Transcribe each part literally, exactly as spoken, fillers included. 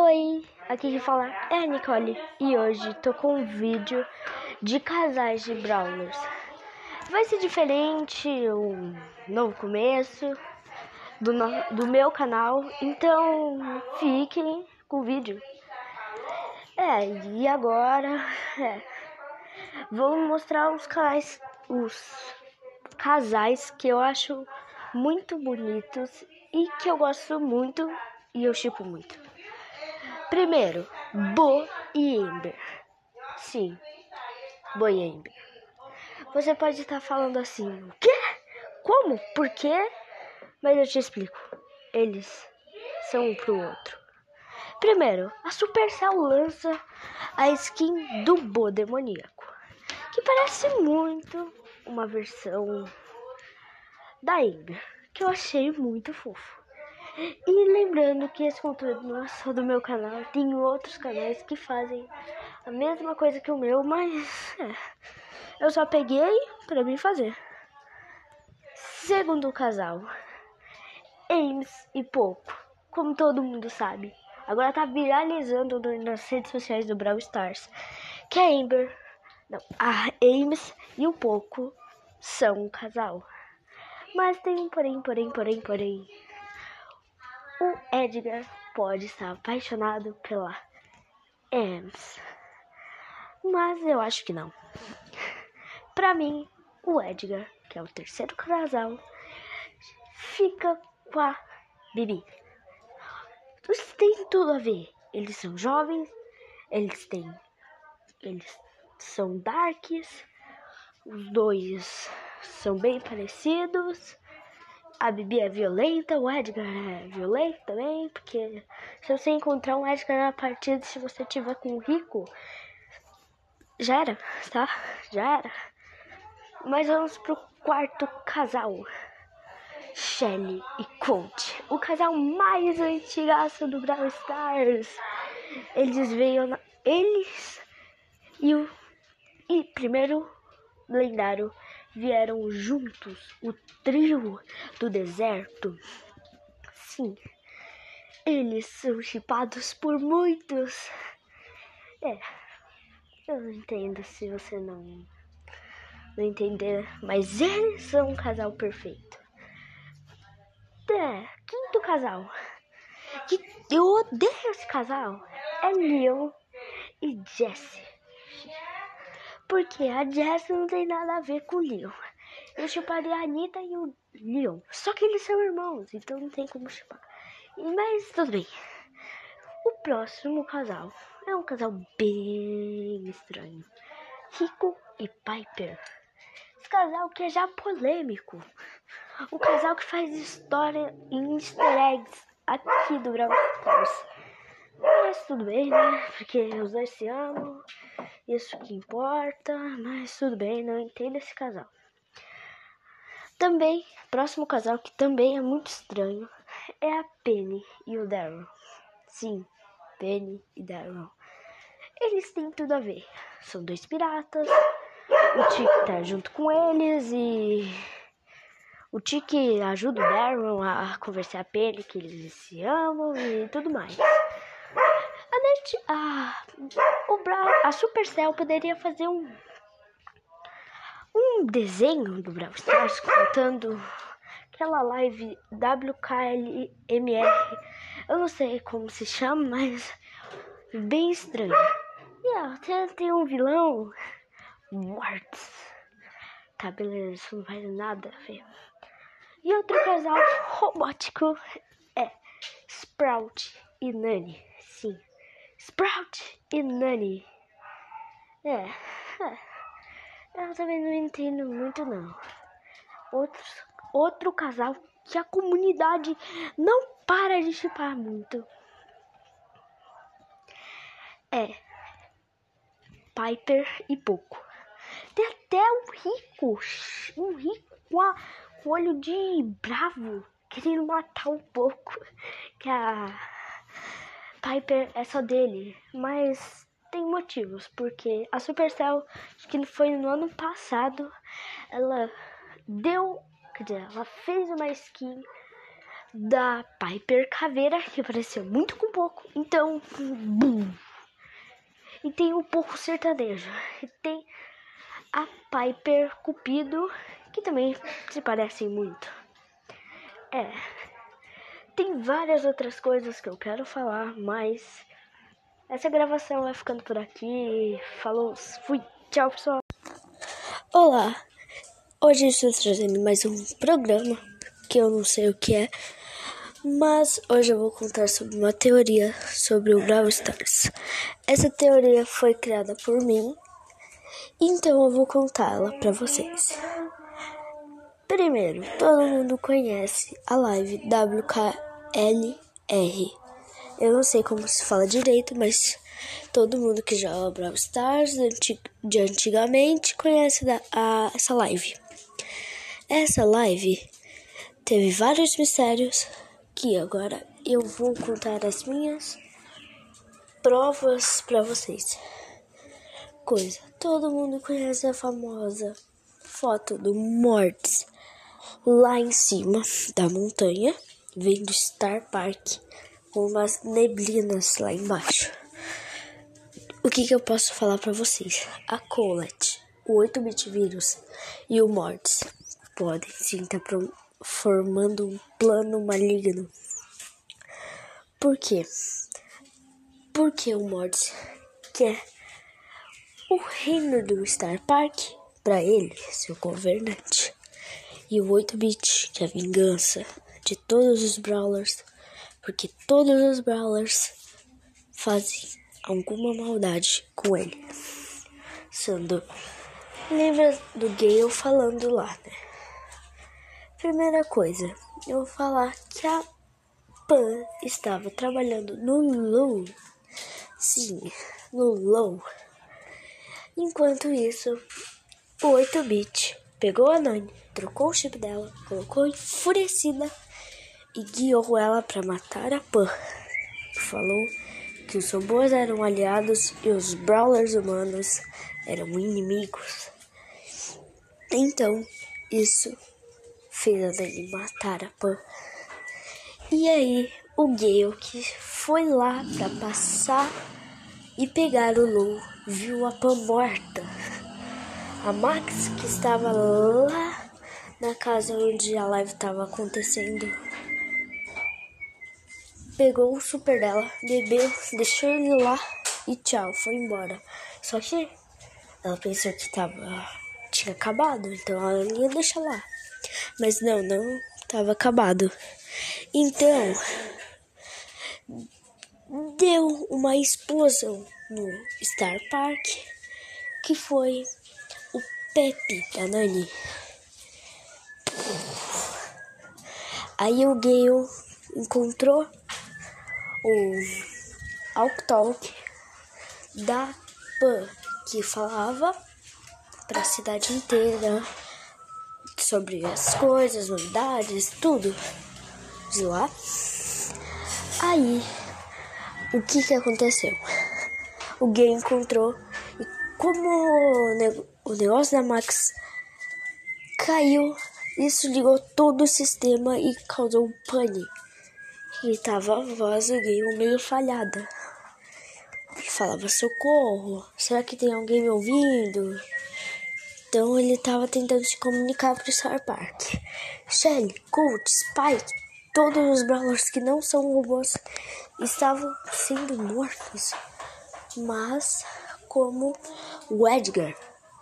Oi, aqui que fala é a Nicole e hoje tô com um vídeo de casais de brawlers. Vai ser diferente, um novo começo do, no, do meu canal, então fiquem com o vídeo. É, e agora é, vou mostrar os casais, os casais que eu acho muito bonitos e que eu gosto muito e eu shippo muito. Primeiro, Bo e Amber. Sim, Bo e Amber. Você pode estar falando assim, o quê? Como? Por quê? Mas eu te explico. Eles são um pro outro. Primeiro, a Supercell lança a skin do Bo demoníaco, que parece muito uma versão da Amber, que eu achei muito fofo. E lembrando que esse conteúdo não é só do meu canal, tem outros canais que fazem a mesma coisa que o meu, mas é, eu só peguei pra mim fazer. Segundo casal, Ames e Poco, como todo mundo sabe, agora tá viralizando nas redes sociais do Brawl Stars, que a Amber, não, a Ames e o Poco são um casal. Mas tem um porém, porém, porém, porém. O Edgar pode estar apaixonado pela Ames, mas eu acho que não. Pra mim, o Edgar, que é o terceiro casal, fica com a Bibi. Isso tem tudo a ver. Eles são jovens, eles têm, eles são darks, os dois são bem parecidos. A Bibi é violenta, o Edgar é violento também, porque se você encontrar um Edgar na partida, se você tiver com um rico, já era, tá? Já era. Mas vamos pro quarto casal, Shelly e Colt, o casal mais antigaço do Brawl Stars. Eles veio, na... eles e o e primeiro lendário vieram juntos, o trio do deserto. Sim, eles são shippados por muitos. É, eu não entendo se você não, não entender, mas eles são um casal perfeito. É, quinto casal, que eu odeio esse casal, é Leon e Jessie. Porque a Jessie não tem nada a ver com o Leon. Eu chuparia a Anitta e o Leon. Só que eles são irmãos, então não tem como chupar. Mas tudo bem. O próximo casal é um casal bem estranho. Rico e Piper. Esse casal que é já polêmico. O casal que faz história em easter eggs aqui do Brawl Stars. Mas tudo bem, né? Porque os dois se amam. Isso que importa, mas tudo bem, não entendo esse casal. Também, próximo casal que também é muito estranho é a Penny e o Daryl. Sim, Penny e Daryl. Eles têm tudo a ver. São dois piratas. O Tiki tá junto com eles e o Tiki ajuda o Daryl a conversar a Penny que eles se amam e tudo mais. A, Net, a, o Bra, a Supercell poderia fazer um, um desenho do Brawl Stars contando aquela live W K L M R. Eu não sei como se chama, mas bem estranho. E até tem um vilão, Warts. Tá, beleza, isso não faz nada a ver. E outro casal robótico é Sprout e Nani. Sim. Sprout e Nani. É, é, eu também não entendo muito não. Outro, outro casal que a comunidade não para de shippar muito é Piper e Poco. Tem até um rico, um rico com, a, com olho de bravo, querendo matar um Poco. Que a Piper é só dele, mas tem motivos, porque a Supercell, acho que foi no ano passado, ela deu, quer dizer, ela fez uma skin da Piper Caveira, que parecia muito com pouco. Então, bum. E tem o Porco Sertanejo. E tem a Piper Cupido, que também se parecem muito. É. Tem várias outras coisas que eu quero falar, mas essa gravação vai ficando por aqui. Falou, fui, tchau, pessoal. Olá, hoje estou trazendo mais um programa que eu não sei o que é, mas hoje eu vou contar sobre uma teoria sobre o Brawl Stars. Essa teoria foi criada por mim, então eu vou contá-la para vocês. Primeiro, todo mundo conhece a live W K L R. Eu não sei como se fala direito, mas todo mundo que joga Brawl Stars de antigamente conhece da, a, essa live. Essa live teve vários mistérios que agora eu vou contar as minhas provas para vocês. Coisa, todo mundo conhece a famosa foto do Mortis lá em cima da montanha, vendo Star Park com umas neblinas lá embaixo. O que, que eu posso falar para vocês? A Colette, o oito bit vírus e o Mortis podem sim estar formando um plano maligno. Por quê? Porque o Mortis quer o reino do Star Park para ele, seu governante. E o oito bit, que é a vingança de todos os Brawlers, porque todos os Brawlers fazem alguma maldade com ele. Sendo, lembra do Gale falando lá, né? Primeira coisa, eu vou falar que a Pan estava trabalhando no LoL. Sim, no LoL. Enquanto isso, o oito bit pegou a Nani, trocou o chip dela, colocou enfurecida e guiou ela para matar a Pan. Falou que os robôs eram aliados e os Brawlers humanos eram inimigos. Então, isso fez a Nani matar a Pan. E aí, o Gale, que foi lá para passar e pegar o LoL, viu a Pan morta. A Max, que estava lá na casa onde a live estava acontecendo, pegou o super dela, bebeu, deixou ele lá e tchau, foi embora. Só que ela pensou que tava, tinha acabado, então ela ia deixar lá. Mas não, não estava acabado. Então, deu uma explosão no Star Park, que foi o Pepe da Nani. Aí o Gale encontrou o Alk-Talk da Pan, que falava para a cidade inteira sobre as coisas, novidades, tudo de lá. Aí, o que que aconteceu? O Gale encontrou e como o negócio da Max caiu, isso ligou todo o sistema e causou um pânico. E tava a voz do Gale meio falhada. Ele falava, socorro, será que tem alguém me ouvindo? Então ele tava tentando se comunicar pro Star Park. Shelly, Colt, Spike, todos os Brawlers que não são robôs estavam sendo mortos. Mas como o Edgar,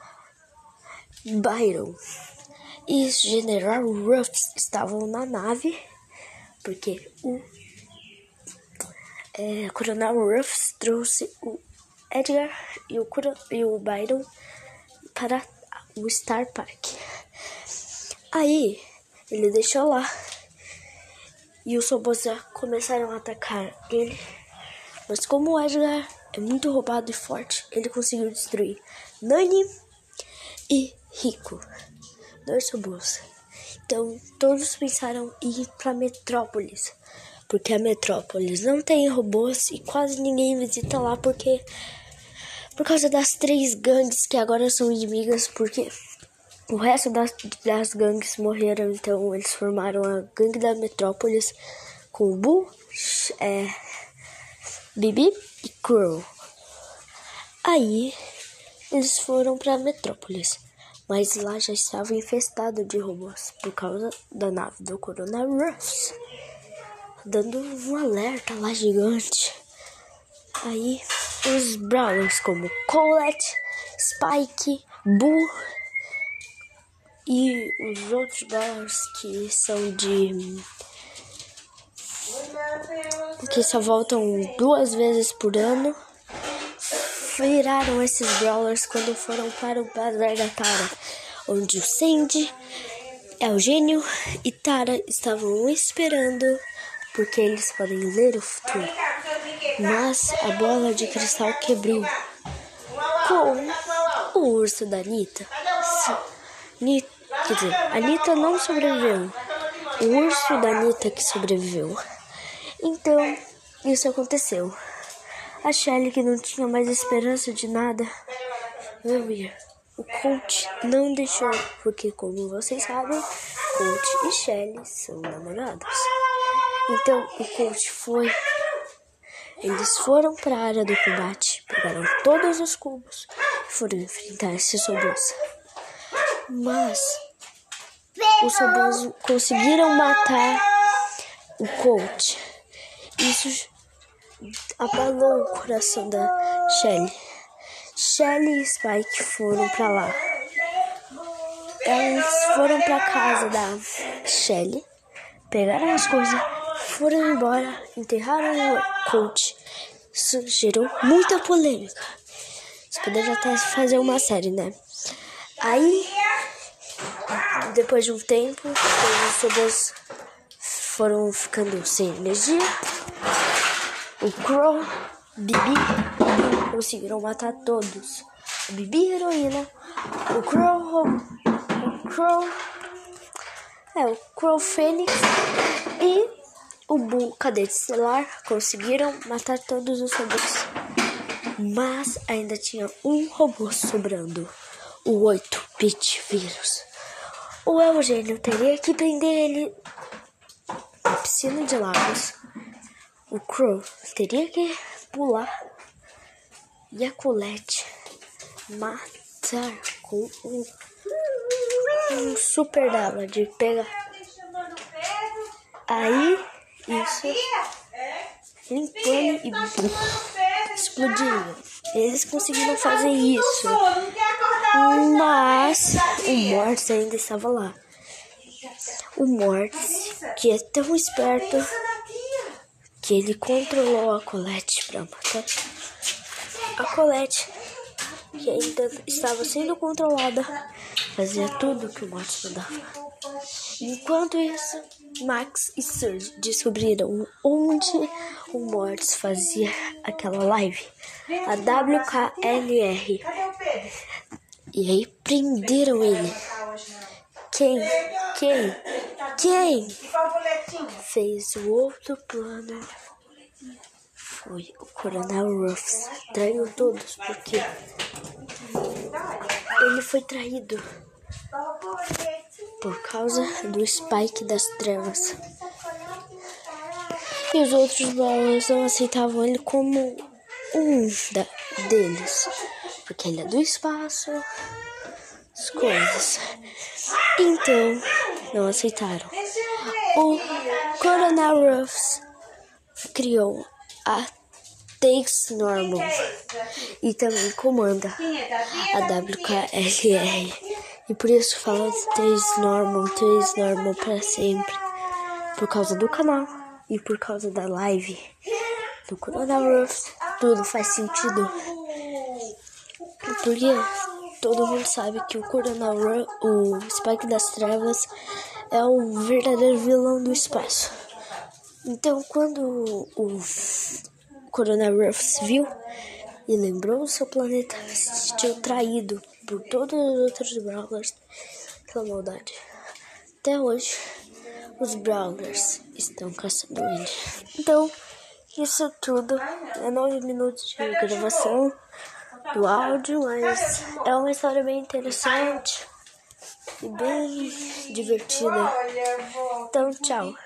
Byron e General Ruffs estavam na nave, porque o é, Coronel Ruffs trouxe o Edgar e o, e o Byron para o Star Park. Aí ele deixou lá e os robôs já começaram a atacar ele. Mas como o Edgar é muito roubado e forte, ele conseguiu destruir Nani e Rico, dois robôs. Então todos pensaram em ir para Metrópolis, porque a Metrópolis não tem robôs e quase ninguém visita lá, porque por causa das três gangues que agora são inimigas, porque O resto das, das gangues morreram, então eles formaram a gangue da Metrópolis com o Boo, é, Bibi e Crow. Aí eles foram para Metrópolis, mas lá já estava infestado de robôs por causa da nave do coronavírus, dando um alerta lá gigante. Aí os Brawlers como Colette, Spike, Boo e os outros Brawlers que são de... que só voltam duas vezes por ano, viraram esses Brawlers quando foram para o Bazar da Tara, onde o Sandy, Eugênio e Tara estavam esperando, porque eles podem ler o futuro. Mas a bola de cristal quebrou com o urso da Anitta. Ni, quer dizer, a Anitta não sobreviveu. O urso da Anitta que sobreviveu. Então, isso aconteceu. A Shelly, que não tinha mais esperança de nada, veio ir. O Colt não deixou, porque, como vocês sabem, Colt e Shelly são namorados. Então, o Colt foi... Eles foram para a área do combate, pegaram todos os cubos e foram enfrentar esses robôs. Mas os robôs conseguiram matar o Colt. Isso abalou o coração da Shelly. Shelly e Spike foram para lá. Eles foram para casa da Shelly, pegaram as coisas, foram embora, enterraram o Colt. Isso gerou muita polêmica. Você poderia até fazer uma série, né? Aí, depois de um tempo, os robôs foram ficando sem energia. O Crow, Bibi e Bibi conseguiram matar todos. A Bibi heroína, o Crow, o Crow, é, o Crow Fênix e o Boo Cadete Estelar conseguiram matar todos os robôs. Mas ainda tinha um robô sobrando, o oito bit vírus. O Eugênio teria que prender ele na piscina de lagos. O Crow teria que pular e a Colette matar com um, um super dela de pegar. Aí isso limpando e bum, explodindo. Eles conseguiram fazer isso, mas o Mortis ainda estava lá. O Mortis, que é tão esperto, que ele controlou a Colette para matar a Colette, que ainda estava sendo controlada, fazia tudo que o Mortis mandava. Enquanto isso, Max e Surge descobriram onde o Mortis fazia aquela live, a W K L R, e aí prenderam ele. Quem, quem, quem fez o outro plano foi o Coronel Ruffs. Traiu todos porque ele foi traído por causa do Spike das Trevas. E os outros Brawlers não aceitavam ele como um da, deles, porque ele é do espaço, as coisas. Então, não aceitaram. O Coronel Ruffs criou a Takes Normal e também comanda a W K L R. E por isso fala Takes Normal, Takes Normal para sempre. Por causa do canal e por causa da live do Coronel Ruffs, tudo faz sentido. Porque todo mundo sabe que o Coronel Ruffs, o Spike das Trevas, é o verdadeiro vilão do espaço. Então, quando o Coronel Ruffs viu e lembrou o seu planeta, se sentiu traído por todos os outros Brawlers pela maldade. Até hoje, os Brawlers estão caçando ele. Então, isso tudo é nove minutos de gravação do áudio, mas é uma história bem interessante. e bem divertida. Então, tchau.